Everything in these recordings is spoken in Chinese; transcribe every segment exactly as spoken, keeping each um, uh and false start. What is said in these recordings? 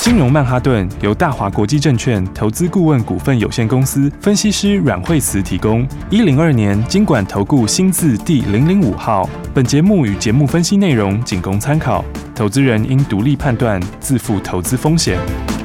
金融曼哈顿由大华国际证券投资顾问股份有限公司分析师阮惠慈提供。一零二年金管投顾新字第零零五号。本节目与节目分析内容仅供参考，投资人应独立判断，自负投资风险。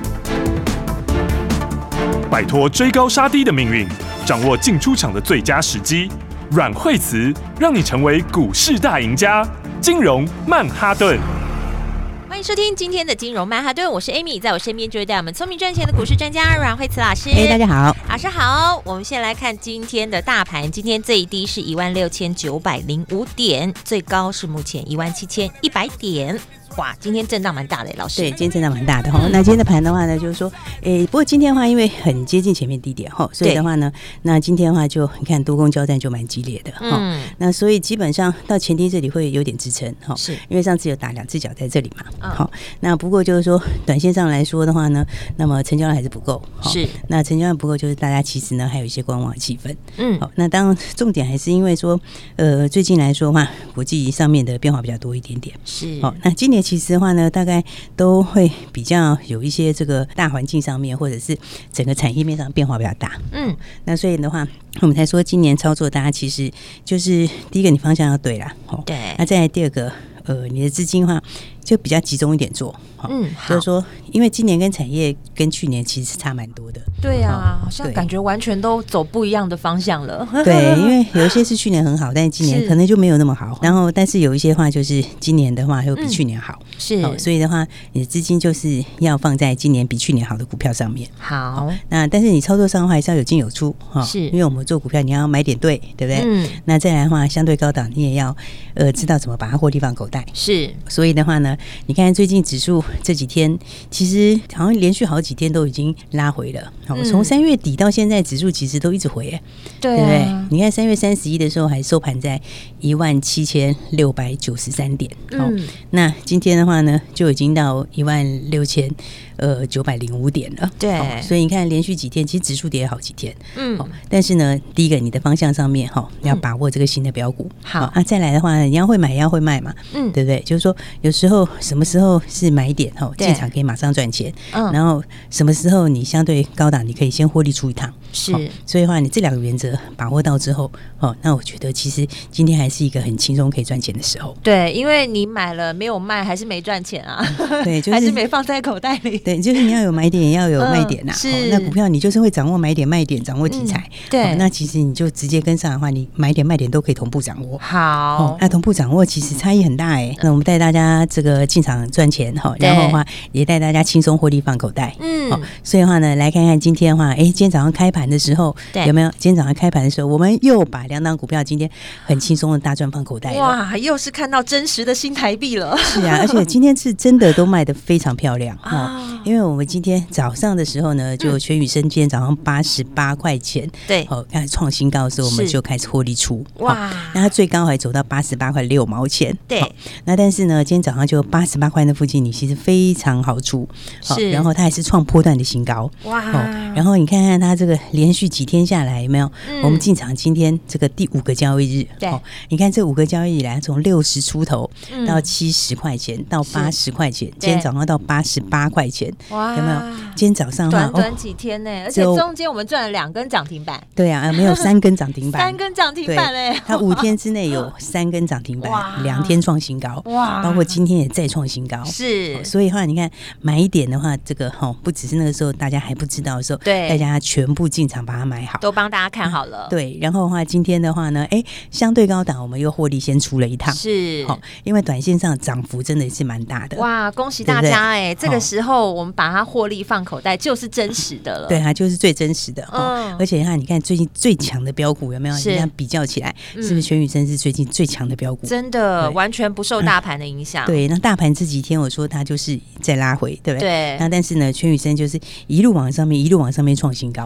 摆脱追高杀低的命运，掌握进出场的最佳时机。阮惠慈让你成为股市大赢家。金融曼哈顿。 欢迎收听今天的金融曼哈顿，我是 Amy， 在我身边就是带我们聪明赚钱的股市专家阮惠慈老师。 哎、欸，大家好， 老师好。我们先来看今天的大盘，今天最低是一万六千九百零五点，最高是目前一万七千一百点。哇，今天震荡蛮大的，老师。 对，今天震荡蛮大的哈、嗯。那今天的盘的话呢，就是说，诶，不过今天的话，因为很接近前面低点哈，所以的话呢，那今天的话就你看多空交战就蛮激烈的哈、嗯。那所以基本上到前低这里会有点支撑哈，是因为上次有打两只脚在这里嘛。好、嗯，那不过就是说，短线上来说的话呢，那么成交量还是不够。是，那成交量不够，就是大家其实呢还有一些观望气氛。嗯，好，那当然重点还是因为说，呃，最近来说的话，国际上面的变化比较多一点点。是，好，那今年其实的话呢，大概都会比较有一些这个大环境上面，或者是整个产业面上变化比较大。嗯，那所以的话，我们才说今年操作，大家其实就是第一个，你方向要对啦。对，那再来第二个，呃，你的资金的话就比较集中一点做。嗯，就是说，因为今年跟产业跟去年其实差蛮多的。 对啊，好像感觉完全都走不一样的方向了。 对，因为有一些是去年很好，但是今年可能就没有那么好。然后，但是有一些话就是今年的话又比去年好。嗯、是、哦，所以的话，你的资金就是要放在今年比去年好的股票上面。好，哦、那但是你操作上的话还是要有进有出哈。是、哦，因为我们做股票你要买点对，对不对？嗯。那再来的话，相对高档你也要呃知道怎么把它获利放口袋。是，所以的话呢，你看最近指数这几天其实好像连续好几天都已经拉回了。好，从三月底到现在，指数其实都一直回、欸，对、啊、对不对？你看三月三十一的时候还收盘在一万七千六百九十三点，好、嗯，那今天的话呢，就已经到一万六千呃九百零五点了。对、哦，所以你看连续几天，其实指数跌了好几天，嗯、哦，但是呢，第一个你的方向上面哈、哦，要把握这个新的标股，好、哦、啊，再来的话呢，你要会买也要会卖嘛，嗯，对不对？就是说有时候什么时候是买点哈，进场可以马上赚钱，嗯，然后什么时候你相对高档，你可以先获利出一趟，是，所以的话，你这两个原则把握到之后，哦，那我觉得其实今天还是一个很轻松可以赚钱的时候。 对，因为你买了没有卖，还是没赚钱啊？对，就是还是没放在口袋里。 对，就是你要有买点，也要有卖点呐、啊嗯。是、哦，那股票你就是会掌握买点、卖点，掌握题材。嗯、对、哦，那其实你就直接跟上的话，你买点、卖点都可以同步掌握。好，哦、那同步掌握其实差异很大哎、欸。那我们带大家这个进场赚钱哈，然后的话也带大家轻松获利放口袋。嗯，哦，所以的话呢，来看看今天的话，哎，今天早上开盘的时候有没有？今天早上开盘的时候，我们又把两档股票今天很轻松的大赚放口袋了。 哇，又是看到真实的新台币了。 是啊，而且今天是真的都卖得非常漂亮哈、哦。因为我们今天早上的时候呢，就全宇生今天早上八十八块钱，对，哦，开始创新高的时候，我们就开始获利出。哇，哦、那它最高还走到八十八块六毛钱。对、哦，那但是呢，今天早上就八十八块那附近，你其实非常好出。是、哦，然后它还是创波段的新高。哇，哦，然后你看看它这个连续几天下来有没有？嗯、我们进场今天这个第五个交易日，对、哦，你看这五个交易以来，从六十出头到七十块钱，到八十块钱，今天早上到八十八块钱，哇，有没有？今天早上短短几天呢、欸，哦、而且中间我们赚了两根涨停板。 对啊，没有三根涨停板， 三根涨停板嘞、欸， 它五天之内有三根涨停板，两天创新高，哇，包括今天也再创新高，是、哦。所以的话，你看买一点的话，这个哈、哦，不只是那个时候大家还不知道的时候，对，大家全部进场把它买好， 都帮大家看好了。嗯、 对，然后的话，今天的话呢，哎，相对高档，我们又获利先出了一趟，是，好、哦，因为短线上涨幅真的是蛮大的。 哇，恭喜大家哎、欸！这个时候我们把它获利放口袋，就是真实的了。 对，它就是最真实的。嗯，而且你看最近最强的标股有没有？你看比较起来，是不是全宇生是最近最强的标股？ 真的完全不受大盘的影响、嗯。 对，那大盘这几天我说它就是在拉回，对不对？对。那但是呢，全宇生就是一路往上面，一路往上面创新高，对，对不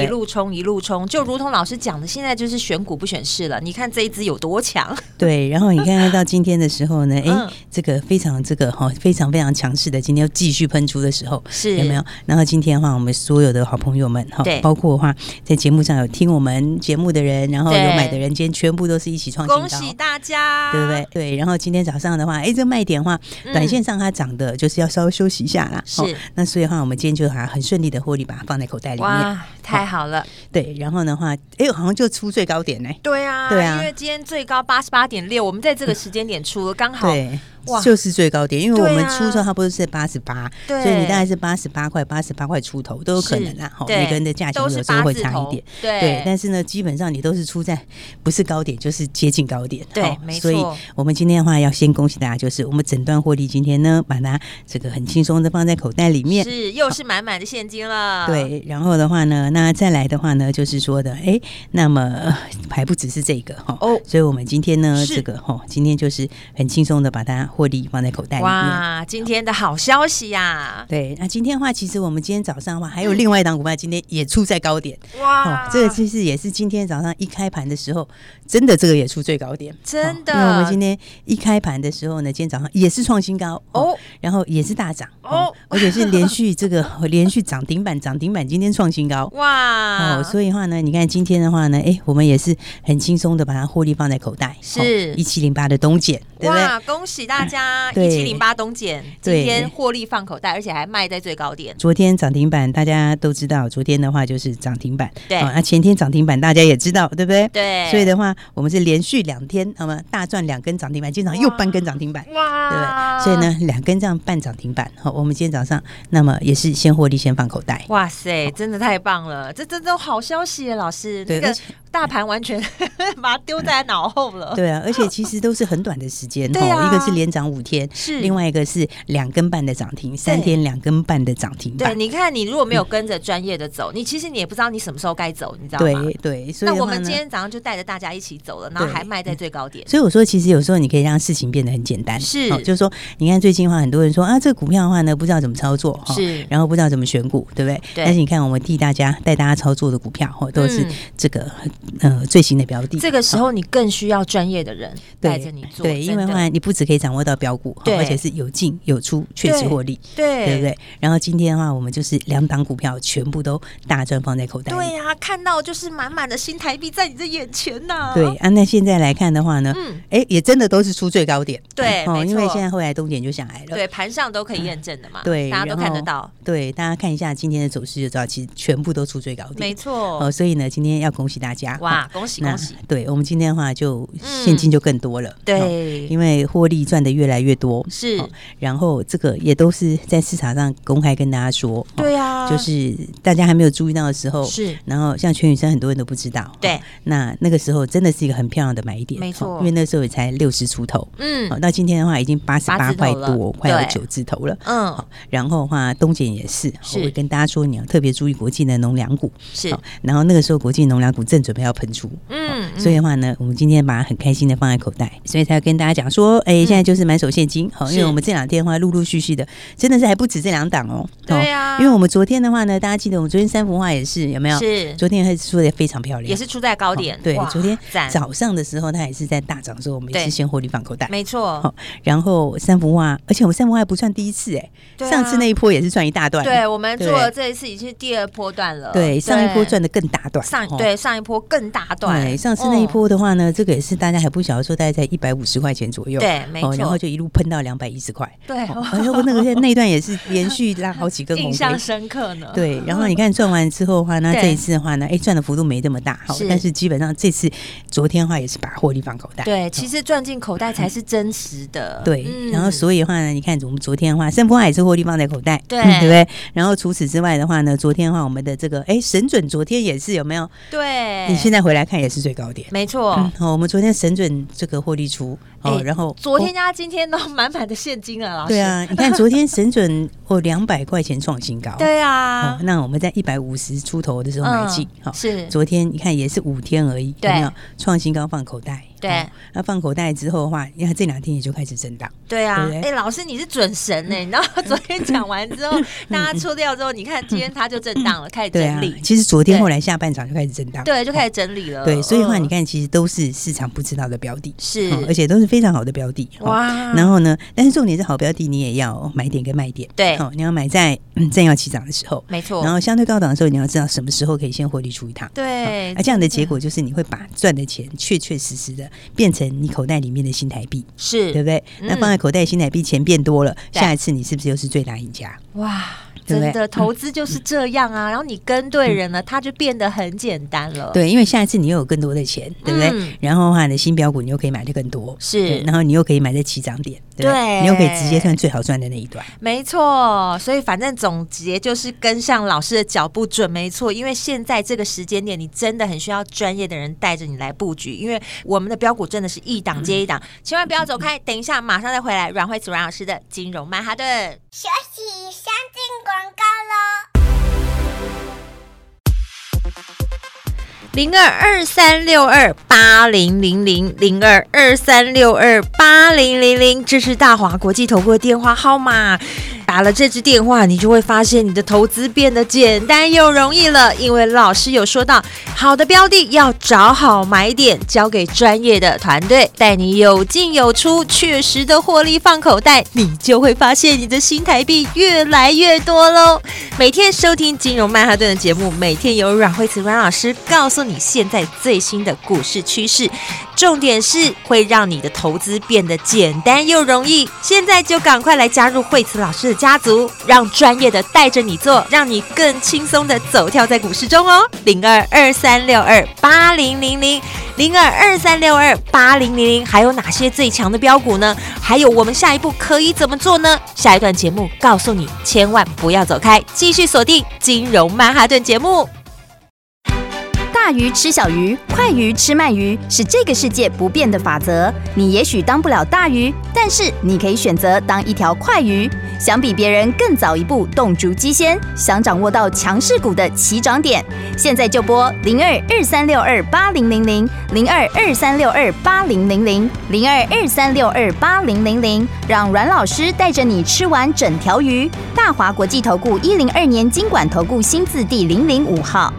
一路冲一路冲，就如同老师讲的，现在就是选股不选市了。你看这一支有多强？ 对，然后你看看到今天的时候呢，哎、嗯，这个非常这个哈非常非常强势的，今天又继续喷出的时候， 是有没有？然后今天的话，我们所有的好朋友们哈，包括的话在节目上有听我们节目的人，然后有买的人，今天全部都是一起创新高， 恭喜大家， 对不对？对，然后今天早上的话，哎，这个卖点的话，短线上它涨的就是要稍微休息一下啦。是、嗯哦，那所以的话，我们今天就还很顺利的获利把它放在口袋里面， 哇，太好了。哦、 对，然后的话，哎，好像就出最高点呢。 对啊，对啊，因为今天最高八十八点六，我们在这个时间点出了，刚好。 对。就是最高点，因为我们出的时候它不是八十八，所以你大概是八十八块、八十八块出头都有可能啦。每个人的价钱有时候会差一点， 对, 对。但是呢，基本上你都是出在不是高点就是接近高点， 对，没错。 所以我们今天的话要先恭喜大家，就是我们整段获利今天呢，把它这个很轻松的放在口袋里面， 是又是满满的现金了。 对，然后的话呢，那再来的话呢，就是说的，哎，那么还不只是这个哈，哦，所以我们今天呢，这个哈，今天就是很轻松的把它获利放在口袋。 哇，今天的好消息呀、啊！ 对，那今天的话，其实我们今天早上的话，还有另外一档股票，今天也出在高点。 哇、 哦，这个其实也是今天早上一开盘的时候，真的这个也出最高点， 真的。 哦、因为我们今天一开盘的时候呢，今天早上也是创新高哦，然后也是大涨哦，而且是连续这个连续涨停板，涨停板今天创新高。 哇！ 哦，所以的话呢，你看今天的话呢，哎，我们也是很轻松的把它获利放在口袋， 是一七零八的东碱，对不对？ 哇，恭喜大家！一七零八东碱今天获利放口袋，而且还卖在最高点。 昨天涨停板大家都知道，昨天的话就是涨停板， 对啊，前天涨停板大家也知道，对不对？ 对， 所以的话，我们是连续两天，好吗？大赚两根涨停板，今天早上又半根涨停板， 哇， 对不对？所以呢，两根这样半涨停板，好，我们今天早上那么也是先获利先放口袋。 哇塞，真的太棒了，这这都好消息耶，老师。 对， 那个大盘完全把它丢在脑后了。 对啊，而且其实都是很短的时间， 对啊， 一个是连涨五天， 是另外一个是两根半的涨停，三天两根半的涨停板。 对，你看你如果没有跟着专业的走，你其实你也不知道你什么时候该走，你知道吗？ 对对，所以那我们今天早上就带着大家一起走了，然后还卖在最高点。 所以我说，其实有时候你可以让事情变得很简单， 是， 哦、就是说，你看最近的话，很多人说啊，这个股票的话呢，不知道怎么操作， 是， 然后不知道怎么选股，对不对？ 对。 但是你看，我们替大家带大家操作的股票，都是这个、嗯、呃最新的标的。 这个时候你更需要专业的人带着你做， 对，因为的话你不只可以掌握到标股，而且是有进有出，确实获利， 对， 对不对？然后今天的话，我们就是两档股票全部都大赚放在口袋里。 对啊，看到就是满满的新台币在你的眼前呐、啊。 对啊，那现在来看的话呢，嗯，哎，也真的都是出最高点， 对， 哦，因为现在后来东点就下来了， 对，盘上都可以验证的嘛， 对， 大家都看得到。 对，大家看一下今天的走势就知道，其实全部都出最高点， 没错。 哦，所以呢，今天要恭喜大家， 哇，恭喜恭喜！ 对我们今天的话，就现金就更多了，嗯、 对、 哦，因为获利赚的越来越多， 是、 哦。然后这个也都是在市场上公开跟大家说， 对啊， 就是大家还没有注意到的时候， 是。 然后像全宇生很多人都不知道， 对、 哦。那那个时候真的是一个很漂亮的买点， 没错、 哦，因为那时候也才六十出头， 嗯。 哦，到今天的话已经八十八块多，快要九字头了，嗯。哦、然后的话，东碱也是， 是我会跟大家说，你要特别注意国际的农粮股， 是、 哦。然后那个时候国际农粮股正准备要喷出，嗯、哦，所以的话呢，我们今天把它很开心的放在口袋，所以才要跟大家讲说，哎、欸，现在就是满手现金，好、嗯，因为我们这两天的话陆陆续续的，真的是还不止这两档哦， 对啊， 因为我们昨天的话呢，大家记得我们昨天三幅画也是有没有？ 是， 昨天还是说的非常漂亮， 也是出在高点， 哦、对，昨天早上的时候它也是在大涨的时候，我们也是先获利放口袋， 没错，好， 然后三幅画，而且我们三幅画不算第一次哎、欸啊，上次那一波也是赚一大段， 对，我们做了这一次已经是第二波段了， 对，上一波赚的更大段， 上对上一波更大段， 对，上次那一波的话呢，哦、这个也是大家还不晓得说大概在一百五十块钱左右， 对，没错、 哦，然后就一路喷到两百一十块， 对， 然后那个那一段也是连续拉好几根红 K， 印象深刻呢。 对，然后你看赚完之后的话，那这一次的话呢，哎，赚的幅度没这么大，好，但是基本上这次昨天的话也是把获利放口袋， 对，其实赚进口袋才是真实的， 对。嗯、然后所以的话呢，你看我们昨天的话，盛波也是获利放在口袋， 对， 嗯、对不对？然后除此之外的话呢，昨天的话我们的这个哎神准昨天也是有没有？ 对， 你现在回来看也是最高点， 没错。 嗯、哦，我们昨天神准这个获利出。哦，然后昨天加今天都满满的现金了，老师。 对啊，你看昨天神准哦两百块钱创新高， 对啊， 啊， 哦、那我们在一百五十出头的时候买进，好、 嗯哦，是昨天你看也是五天而已， 对， 有没有创新高放口袋？ 对、 哦，那放口袋之后的话，你看这两天也就开始震荡。 对啊， 哎、 欸，老师你是准神呢、欸，你知道昨天讲完之后，大家出掉之后，你看今天它就震荡了，开始整理。 对啊，其实昨天后来下半场就开始震荡， 对，就开始整理了。 对，所以的话， 嗯、 你看其实都是市场不知道的标的， 是、 哦，而且都是非常好的标的。 哇， 然后呢，但是重点是好标的，你也要买点跟卖点。 对， 哦，你要买在、嗯、正要起涨的时候， 没错。 然后相对高档的时候，你要知道什么时候可以先获利出一趟。 对， 而、哦、这样的结果就是你会把赚的钱确确实实的变成你口袋里面的新台币， 是对不对？嗯、那放在口袋新台币钱变多了，下一次你是不是又是最大赢家？ 哇！真的投资就是这样啊、嗯，然后你跟对人了，它就变得很简单了。 对，因为下一次你又有更多的钱，对不对？嗯、然后的话，你的新标股你又可以买的更多， 是， 然后你又可以买在起涨点，对不对？对，你又可以直接赚最好赚的那一段。 没错，所以反正总结就是跟上老师的脚步准没错，因为现在这个时间点，你真的很需要专业的人带着你来布局，因为我们的标股真的是一档接一档，嗯、千万不要走开。等一下，马上再回来，阮慧慈阮老师的金融曼哈顿。 休息，先进广告喽。 零二二三六二八零零零零二二三六二八零零零，这是大华国际投顾的电话号码。打了这支电话，你就会发现你的投资变得简单又容易了，因为老师有说到，好的标的要找好买点，交给专业的团队，带你有进有出，确实的获利放口袋，你就会发现你的新台币越来越多喽。每天收听金融曼哈顿的节目，每天有阮慧慈阮老师告诉你现在最新的股市趋势，重点是会让你的投资变得简单又容易。现在就赶快来加入慧慈老师的家族，让专业的带着你做，让你更轻松的走跳在股市中哦。零二二三六二八零零零零二二三六二八零零零，还有哪些最强的标股呢？还有我们下一步可以怎么做呢？下一段节目告诉你，千万不要走开，继续锁定金融曼哈顿节目。 大鱼吃小鱼，快鱼吃慢鱼，是这个世界不变的法则。你也许当不了大鱼，但是你可以选择当一条快鱼。想比别人更早一步动足机先，想掌握到强势股的起涨点，现在就拨零二二三六二八零零零零二二三六二八零零零零二二三六二八零零零，让阮老师带着你吃完整条鱼。大华国际投顾一零二年金管投顾新字第零零五号。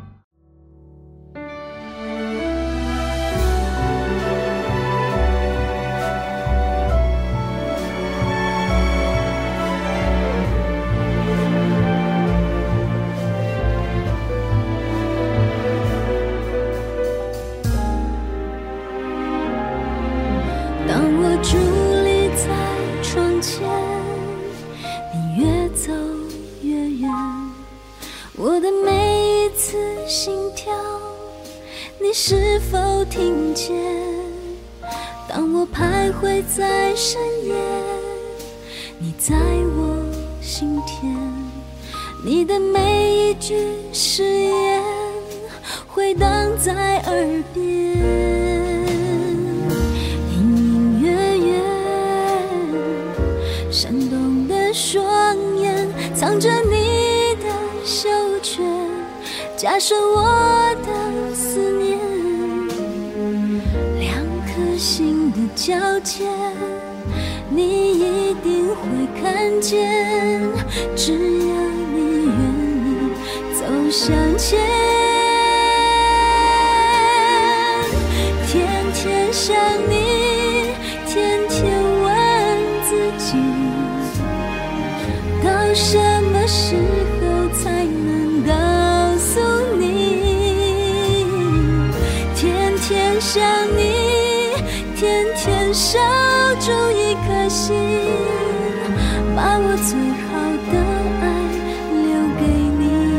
是否听见？当我徘徊在深夜，你在我心田，你的每一句誓言回荡在耳边，隐隐约约，闪动的双眼藏着你的羞怯，加深我的思念，两颗心的交界，你一定会看见，只要你愿意走向前。天天想你，天天问自己，到什么时候才能告诉你？天天想你，天天守住一颗心，把我最好的爱留给你。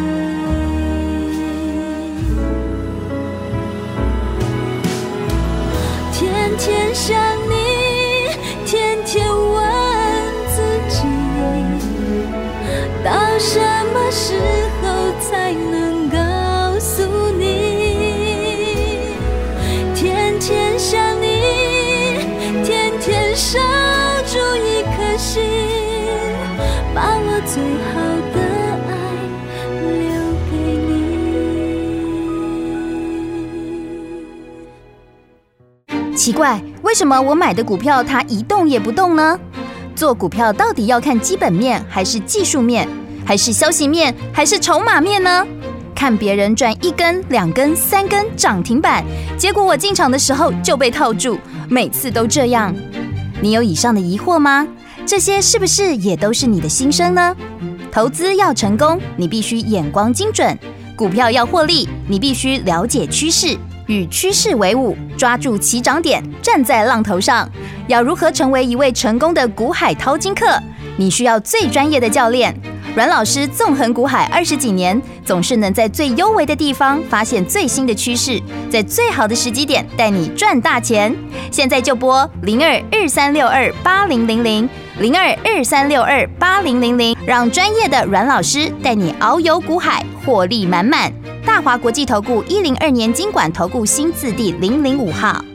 天天想你，天天问自己，到什么时候才能告诉你？天天想你，天天守住一颗心，把我最好的爱奇怪，为什么我买的股票它一动也不动呢？做股票到底要看基本面，还是技术面，还是消息面，还是筹码面呢？看别人赚一根、两根、三根涨停板，结果我进场的时候就被套住，每次都这样。你有以上的疑惑吗？这些是不是也都是你的心声呢？投资要成功，你必须眼光精准；股票要获利，你必须了解趋势，与趋势为伍，抓住起涨点，站在浪头上。要如何成为一位成功的股海淘金客？你需要最专业的教练。阮老师纵横股海二十几年，总是能在最优微的地方发现最新的趋势，在最好的时机点带你赚大钱。现在就拨零二二三六二八零零零零二二三六二八零零零，让专业的阮老师带你遨游股海，获利满满。大华国际投顾一零二年金管投顾新字第零零五号。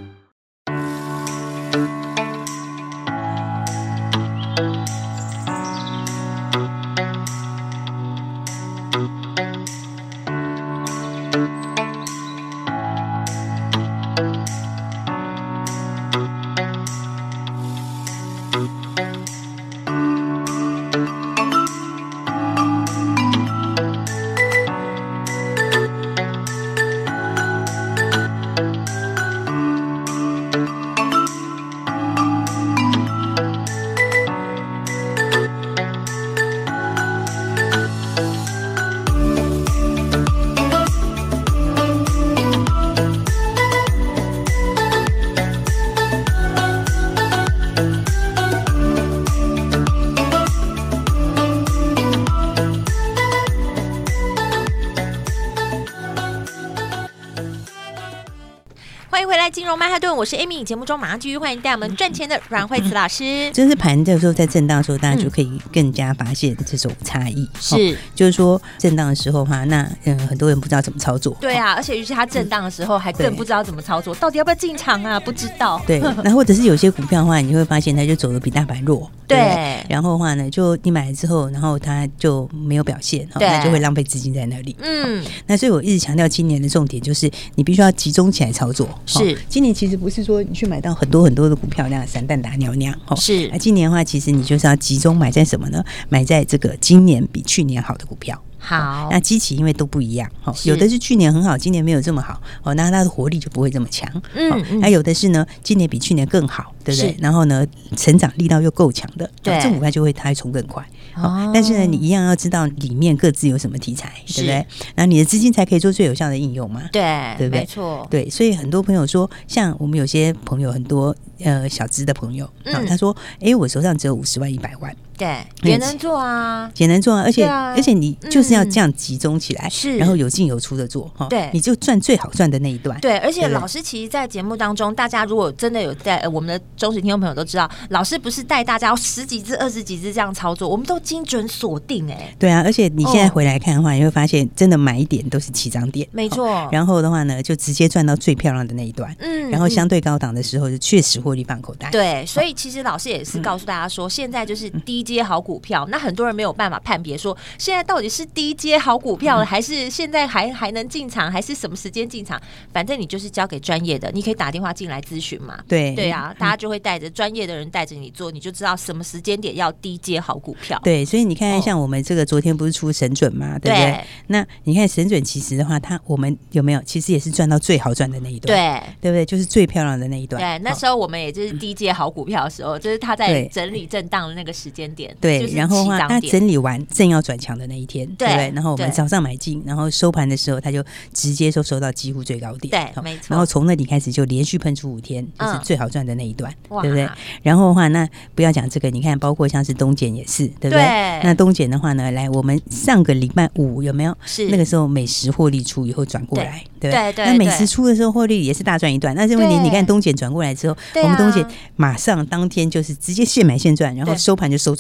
金融曼哈顿，我是 Amy。节目中马上继续欢迎带我们赚钱的阮慧慈老师。 就是盘的时候，在震荡的时候，大家就可以更加发现这种差异。 是、 哦，就是说震荡的时候哈，那嗯，很多人不知道怎么操作。 对啊，而且尤其他震荡的时候，还更不知道怎么操作，到底要不要进场啊？不知道。 对，那或者是有些股票的话，你会发现它就走的比大盘弱。对, 对，然后的话呢，就你买了之后，然后它就没有表现，哦、那就会浪费资金在那里。嗯，那所以我一直强调今年的重点就是你必须要集中起来操作。 是， 哦、今年其实不是说你去买到很多很多的股票那样散弹打鸟那样。哦、 是， 那今年的话，其实你就是要集中买在什么呢？买在这个今年比去年好的股票。 好， 那基期因为都不一样，有的是去年很好，今年没有这么好，那它的活力就不会这么强。嗯，那有的是呢，今年比去年更好，对不对？然后呢，成长力道又够强的，对，这股票就会它会冲更快。哦，但是呢，你一样要知道里面各自有什么题材，对不对？然后你的资金才可以做最有效的应用嘛。 对， 对不对？ 没错。 对，所以很多朋友说，像我们有些朋友很多呃小资的朋友，嗯，他说，哎，我手上只有五十万、一百万。 对，也能做啊， 也能做啊，而且、啊、而且你就是要这样集中起来， 是、嗯， 然后有进有出的做， 对， 你就赚最好赚的那一段。 对，而且老师其实，在节目当中，大家如果真的有在、呃、我们的忠实听众朋友都知道，老师不是带大家十几只、二十几只这样操作，我们都精准锁定哎、欸。 对啊，而且你现在回来看的话，哦、你会发现真的买一点都是起涨点， 没错、哦。 然后的话呢，就直接赚到最漂亮的那一段，嗯，然后相对高档的时候，就确实获利放口袋。 对，所以其实老师也是告诉大家说，嗯、现在就是低阶好股票。那很多人没有办法判别说现在到底是低阶好股票了，还是现在还还能进场，还是什么时间进场？反正你就是交给专业的，你可以打电话进来咨询嘛。 对对啊，大家就会带着专业的人带着你做，你就知道什么时间点要低阶好股票。 对，所以你看，像我们这个昨天不是出神准嘛，对不对？对，那你看神准，其实的话，它我们有没有其实也是赚到最好赚的那一段？ 对， 对不对？就是最漂亮的那一段。 对，那时候我们也就是低阶好股票的时候，嗯、就是它在整理震荡的那个时间点。 对， 就是、 然后的话，它整理完正要转强的那一天， 对, 对不对？然后我们早上买进，然后收盘的时候，它就直接收收到几乎最高点， 对，没错。 然后从那里开始就连续喷出五天，就是最好赚的那一段，嗯、对不对？然后的话，那不要讲这个，你看，包括像是东碱也是，对不对？对，那东碱的话呢，来，我们上个礼拜五有没有？是那个时候美食获利出以后转过来，对不对？对对。那美食出的时候获利也是大赚一段，那是问题，你看东碱转过来之后，我们东碱马上当天就是直接现买现赚，然后收盘就收最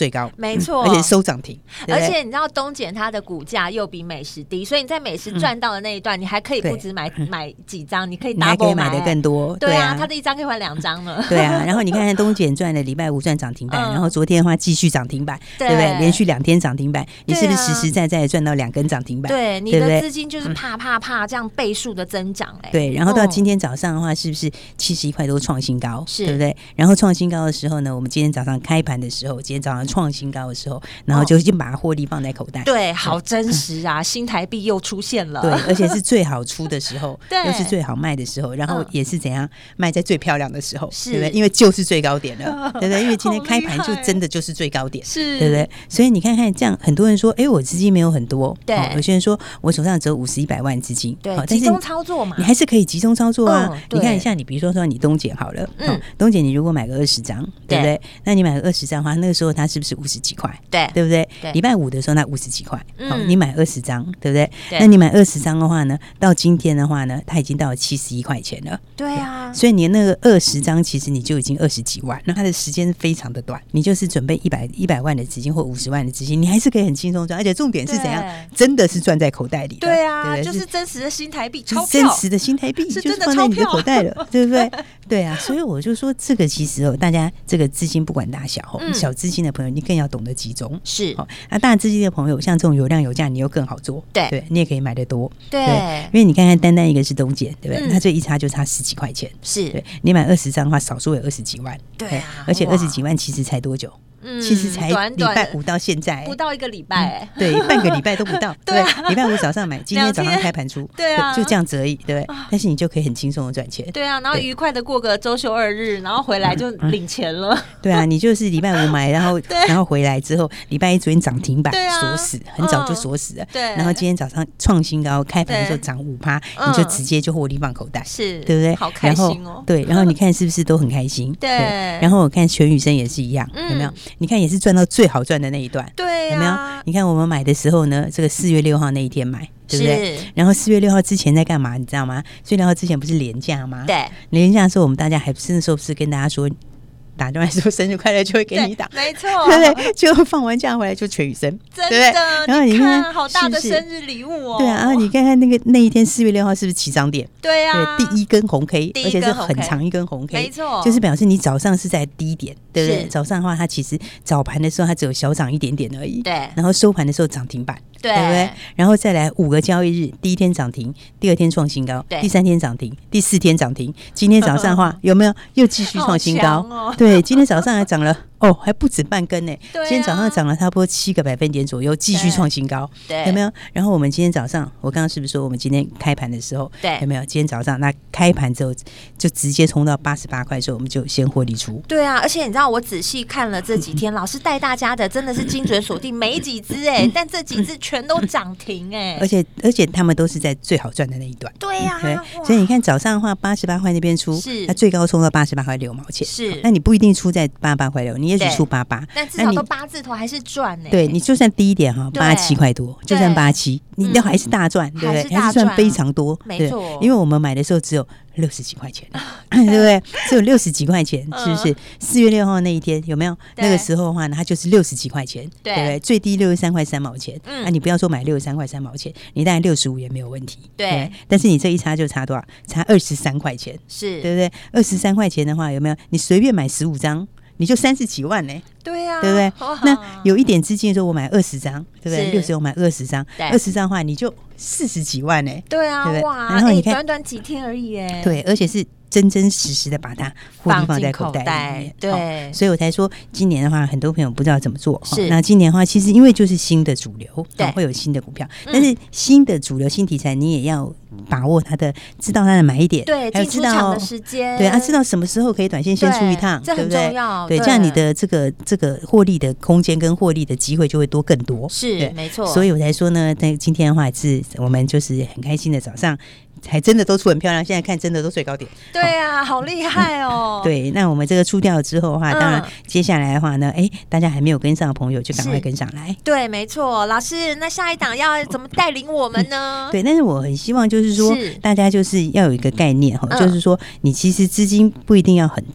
最高， 没错， 而且收涨停，对不对？ 而且你知道东碱它的股价又比美食低，所以你在美食赚到的那一段，嗯、你还可以不止买买几张，你可以 double 买， 你还可以买的更多， 对啊， 对啊， 它的一张可以换两张了， 对啊。然后你看看东碱赚了礼拜五赚涨停板，嗯、然后昨天的话继续涨停板，对不对？连续两天涨停板，你是不是实实在在赚到两根涨停板？ 对，你的资金就是啪啪啪这样倍数的增长，哎， 对。然后到今天早上的话，是不是七十一块都创新高，对不对？然后创新高的时候呢，我们今天早上开盘的时候，今天早上创新高的时候，然后就已经把获利放在口袋， 对，好真实啊！新台币又出现了， 对，而且是最好出的时候，又是最好卖的时候，然后也是怎样卖在最漂亮的时候，对不对？因为就是最高点了，对不对？因为今天开盘就真的就是最高点，是，对不对？所以你看看这样，很多人说，哎，我资金没有很多，对，有些人说我手上只有五十一百万资金， 对，集中操作嘛， 你还是可以集中操作啊。你看一下，你比如说说你东碱好了，嗯，东碱你如果买个二十张，对不对？那你买个二十张的话，那个时候它是不是五十几块？对，对不对？礼拜五的时候那五十几块，嗯，你买二十张，对不对？那你买二十张的话呢，到今天的话呢，它已经到了七十一块钱了。 对啊， 所以你那个二十张，其实你就已经二十几万，那它的时间非常的短，你就是准备一百一百万的资金或五十万的资金，你还是可以很轻松赚，而且重点是怎样？真的是赚在口袋里的。 对啊，对对，就是真实的新台币钞票， 真实的新台币就是放在你的口袋了，对不对？对啊，所以我就说这个其实哦，大家这个资金不管大小，嗯、小资金的朋友你更要懂得集中，是哦。那大资金的朋友，像这种有量有价，你又更好做，对对，你也可以买得多，对，对，因为你看看单单一个是东碱，对不对？嗯、它这一差就差十几块钱，是对，你买二十张的话，少说有二十几万，对啊，而且二十几万其实才多久？嗯，其实才礼拜五到现在， 不到一个礼拜、欸嗯， 对，半个礼拜都不到。对，礼拜五早上买，今天早上开盘出，对啊，就这样子而已，对不对？但是你就可以很轻松的赚钱。 对啊，然后愉快的过个周休二日，然后回来就领钱了。嗯、 对啊，你就是礼拜五买，然后然后回来之后，礼拜一昨天涨停板锁死，很早就锁死了。对，然后今天早上创新高，开盘的时候涨五趴，你就直接就获利放口袋，是，对不对？ 好开心哦。 对，然后你看是不是都很开心？对，然后我看全宇生也是一样，有没有？你看也是赚到最好赚的那一段，对、啊，有没有？你看我们买的时候呢，这个四月六号那一天买，对不对？然后四月六号之前在干嘛？你知道吗？四月六号之前不是连假吗？对，连假的时候我们大家还不是那时候不是跟大家说。打电话说生日快乐就会给你打， 没错， 对不对？就放完假回来就全宇生， 真的。然后你看，好大的生日礼物哦。 对啊，然后你看看那个那一天四月六号是不是起涨点？ 对啊， 对，第一根红 K， 而且是很长一根红 K， 没错，就是表示你早上是在低点，对不对？早上的话，它其实早盘的时候它只有小涨一点点而已，对。然后收盘的时候涨停板。对, 对不对？然后再来五个交易日，第一天涨停，第二天创新高，第三天涨停，第四天涨停。今天早上的话有没有又继续创新高？哦、对，今天早上还涨了哦，还不止半根呢。啊、今天早上涨了差不多七个百分点左右，继续创新高，对，有没有？然后我们今天早上，我刚刚是不是说我们今天开盘的时候，对，有没有？今天早上那开盘之后就直接冲到八十八块的时候，我们就先获利出。 对啊，而且你知道我仔细看了这几天，老师带大家的真的是精准锁定没几只哎、欸，但这几只全都涨停哎、欸， 而且而且他们都是在最好赚的那一段。 对呀、啊， 所以你看早上的话，八十八块那边出，是那最高冲到八十八块六毛钱，是那你不一定出在八十八块六，你也许出八八， 但至少都八字头还是赚呢、欸。 对你就算低一点哈，八七块多，就算八七，你都还是大赚，对不对？还是赚非常多，没错。因为我们买的时候只有六十几块钱，对不对？只有六十几块钱，是不是？四月六号那一天有没有？那个时候的话呢，它就是六十几块钱，对不对？最低六十三块三毛钱，嗯，啊，你不要说买六十三块三毛钱，你大概六十五也没有问题，对。但是你这一差就差多少？差二十三块钱，是对不对？二十三块钱的话，有没有？你随便买十五张。你就三十几万呢、欸，对呀、啊，对不对？那有一点资金的时候，我买二十张，对不对？六十我买二十张，二十张的话，你就四十几万呢、欸，对啊，对不对？哇，然后你看、欸、短短几天而已，哎，对，而且是真真实实的把它获利放在口袋里面，对，所以我才说今年的话，很多朋友不知道怎么做。是，那今年的话，其实因为就是新的主流，对，会有新的股票，嗯、但是新的主流新题材，你也要把握它的，知道它的买点，对，还有知道的时间，对啊，知道什么时候可以短线先出一趟，对不对？对，这样你的这个这个获利的空间跟获利的机会就会多更多，是没错。所以我才说呢，在今天的话，是我们就是很开心的早上。还真的都出很漂亮，现在看真的都最高点。对啊，好厉害哦！对，那我们这个出掉之后的话，当然接下来的话呢，哎，大家还没有跟上的朋友就赶快跟上来。对，没错，老师，那下一档要怎么带领我们呢？对，但是我很希望就是说，大家就是要有一个概念哈，就是说你其实资金不一定要很大。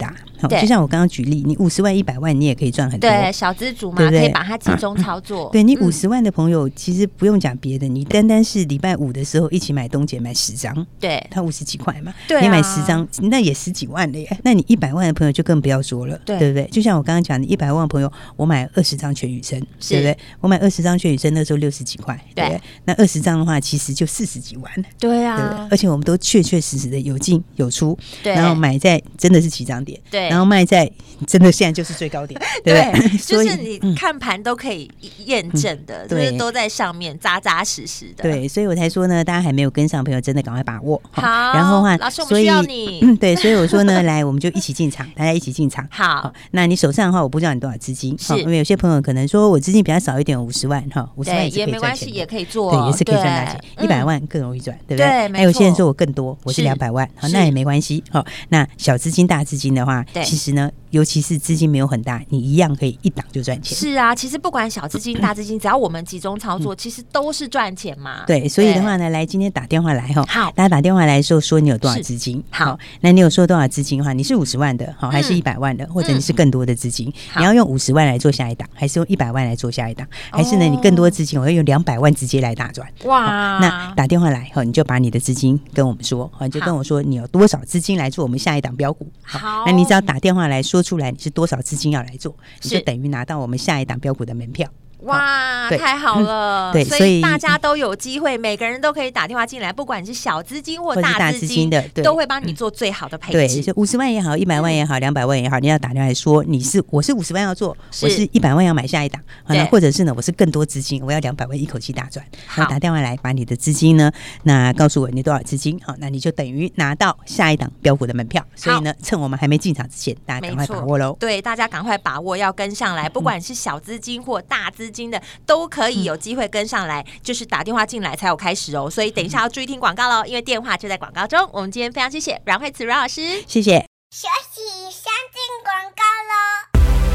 就像我刚刚举例，你五十万、一百万，你也可以赚很多。 对，小资族嘛，对对，可以把它集中操作。 对，你五十万的朋友，其实不用讲别的，你单单是礼拜五的时候一起买东姐买十张， 对， 他五十几块嘛， 对、啊， 你买十张，那也十几万了耶。那你一百万的朋友就更不要说了，对，对不对？就像我刚刚讲的，一百万的朋友，我买二十张全宇生，对不对？我买二十张全宇生那时候六十几块，对不对？那二十张的话，其实就四十几万， 对啊， 对不对？而且我们都确确实实的有进有出， 对， 然后买在真的是起涨点， 对， 然后卖在真的现在就是最高点，对不对？ 就是你看盘都可以验证的，嗯、就是都在上面扎扎实实的。 对，所以我才说呢，大家还没有跟上的朋友，真的赶快把握。 好， 然后的话， 老师我们需要你。 嗯，对，所以我说呢，来，我们就一起进场，大家一起进场。 好， 好，那你手上的话，我不知道你多少资金， 是因为有些朋友可能说我资金比较少一点，五十万哈，五十万也没关系，也可以做， 对，也是可以赚大钱。一百万更容易赚，对不对？ 对， 还有些人说我更多，我是两百万，好，那也没关系。好，那小资金、大资金的话，其实呢。尤其是资金没有很大，你一样可以一档就赚钱。 是啊，其实不管小资金、大资金，只要我们集中操作，嗯、其实都是赚钱嘛。 对，所以的话呢，来今天打电话来哈， 好， 大家打电话来的时候说你有多少资金，好，那你有说多少资金的话，你是五十万的，好，还是一百万的，嗯、或者你是更多的资金，嗯、你要用五十万来做下一档，还是用一百万来做下一档，哦、还是呢你更多资金，我要用两百万直接来大赚。哇，那打电话来哈，你就把你的资金跟我们说，你就跟我说你有多少资金来做我们下一档标股。好，那你只要打电话来说出来你是多少资金要来做，你就等于拿到我们下一档标股的门票。 哇，太好了！ 对， 所以大家都有机会，每个人都可以打电话进来，不管你是小资金或大资金的，都会帮你做最好的配置。 对，就五十万也好，一百万也好，两百万也好，你要打电话来说你是我是五十万要做，我是一百万要买下一档，那或者是呢我是更多资金，我要两百万一口气大赚。好，打电话来把你的资金呢，那告诉我你多少资金，好，那你就等于拿到下一档标股的门票。所以呢，趁我们还没进场之前，大家赶快把握喽。 对，大家赶快把握，要跟上来，不管是小资金或大资金的都可以有机会跟上来，就是打电话进来才有开始哦。所以等一下要注意听广告喽，因为电话就在广告中。我们今天非常谢谢阮慧慈阮老师， 谢谢。 休息，先进广告喽。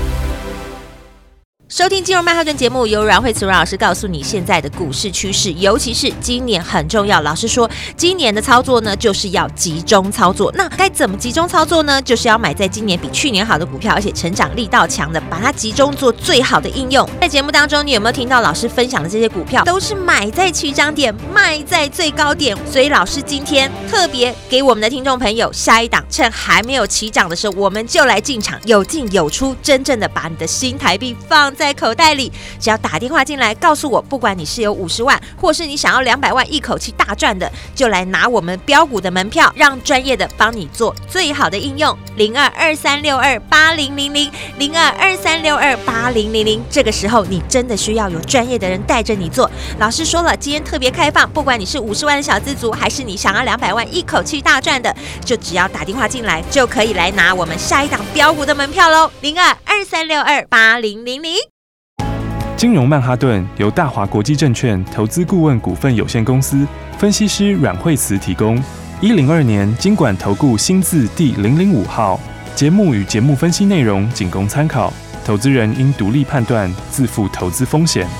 收听金融曼哈顿节目，由阮慧慈阮老师告诉你现在的股市趋势，尤其是今年很重要。老师说，今年的操作呢，就是要集中操作。那该怎么集中操作呢？就是要买在今年比去年好的股票，而且成长力道强的，把它集中做最好的应用。在节目当中，你有没有听到老师分享的这些股票，都是买在起涨点，卖在最高点？所以老师今天特别给我们的听众朋友下一档，趁还没有起涨的时候，我们就来进场，有进有出，真正的把你的新台币放在口袋里。只要打电话进来告诉我，不管你是有五十万或是你想要两百万一口气大赚的，就来拿我们标股的门票，让专业的帮你做最好的应用。零二二三六二八零零零 零二二三六二八零零零，这个时候你真的需要有专业的人带着你做。老师说了，今天特别开放，不管你是五十万的小资族，还是你想要两百万一口气大赚的，就只要打电话进来就可以来拿我们下一档标股的门票喽。零二二三六二八零零零。 金融曼哈顿由大华国际证券投资顾问股份有限公司分析师阮慧慈提供。一零二年金管投顾新字第零零五号。节目与节目分析内容仅供参考，投资人应独立判断，自负投资风险。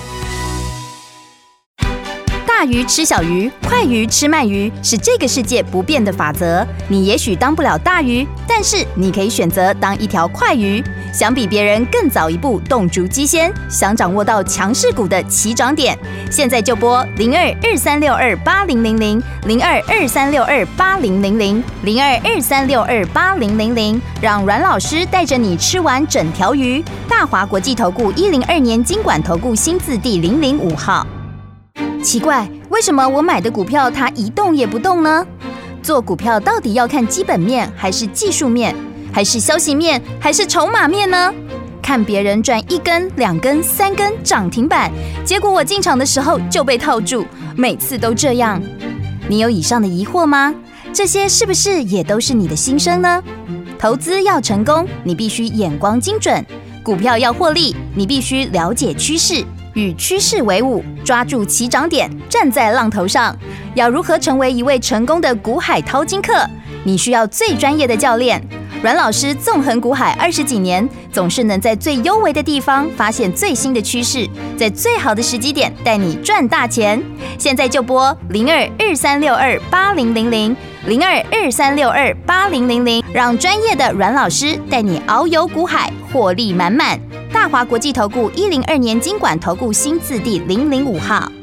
大鱼吃小鱼，快鱼吃慢鱼，是这个世界不变的法则。你也许当不了大鱼，但是你可以选择当一条快鱼。想比别人更早一步动足机先，想掌握到强势股的起涨点，现在就拨零二二三六二八零零零零二二三六二八零零零零二二三六二八零零零，让阮老师带着你吃完整条鱼。大华国际投顾一零二年金管投顾新字第零零五号。奇怪，为什么我买的股票它一动也不动呢？做股票到底要看基本面，还是技术面，还是消息面，还是筹码面呢？看别人赚一根、两根、三根涨停板，结果我进场的时候就被套住，每次都这样。你有以上的疑惑吗？这些是不是也都是你的心声呢？投资要成功，你必须眼光精准；股票要获利，你必须了解趋势。与趋势为伍，抓住起涨点，站在浪头上。要如何成为一位成功的股海淘金客？你需要最专业的教练。 阮老师纵横股海二十几年，总是能在最优微的地方发现最新的趋势，在最好的时机点带你赚大钱。现在就拨零二二三六二八零零零零二二三六二八零零零，让专业的阮老师带你遨游股海，获利满满。大华国际投顾一零二年金管投顾新字第零零五号。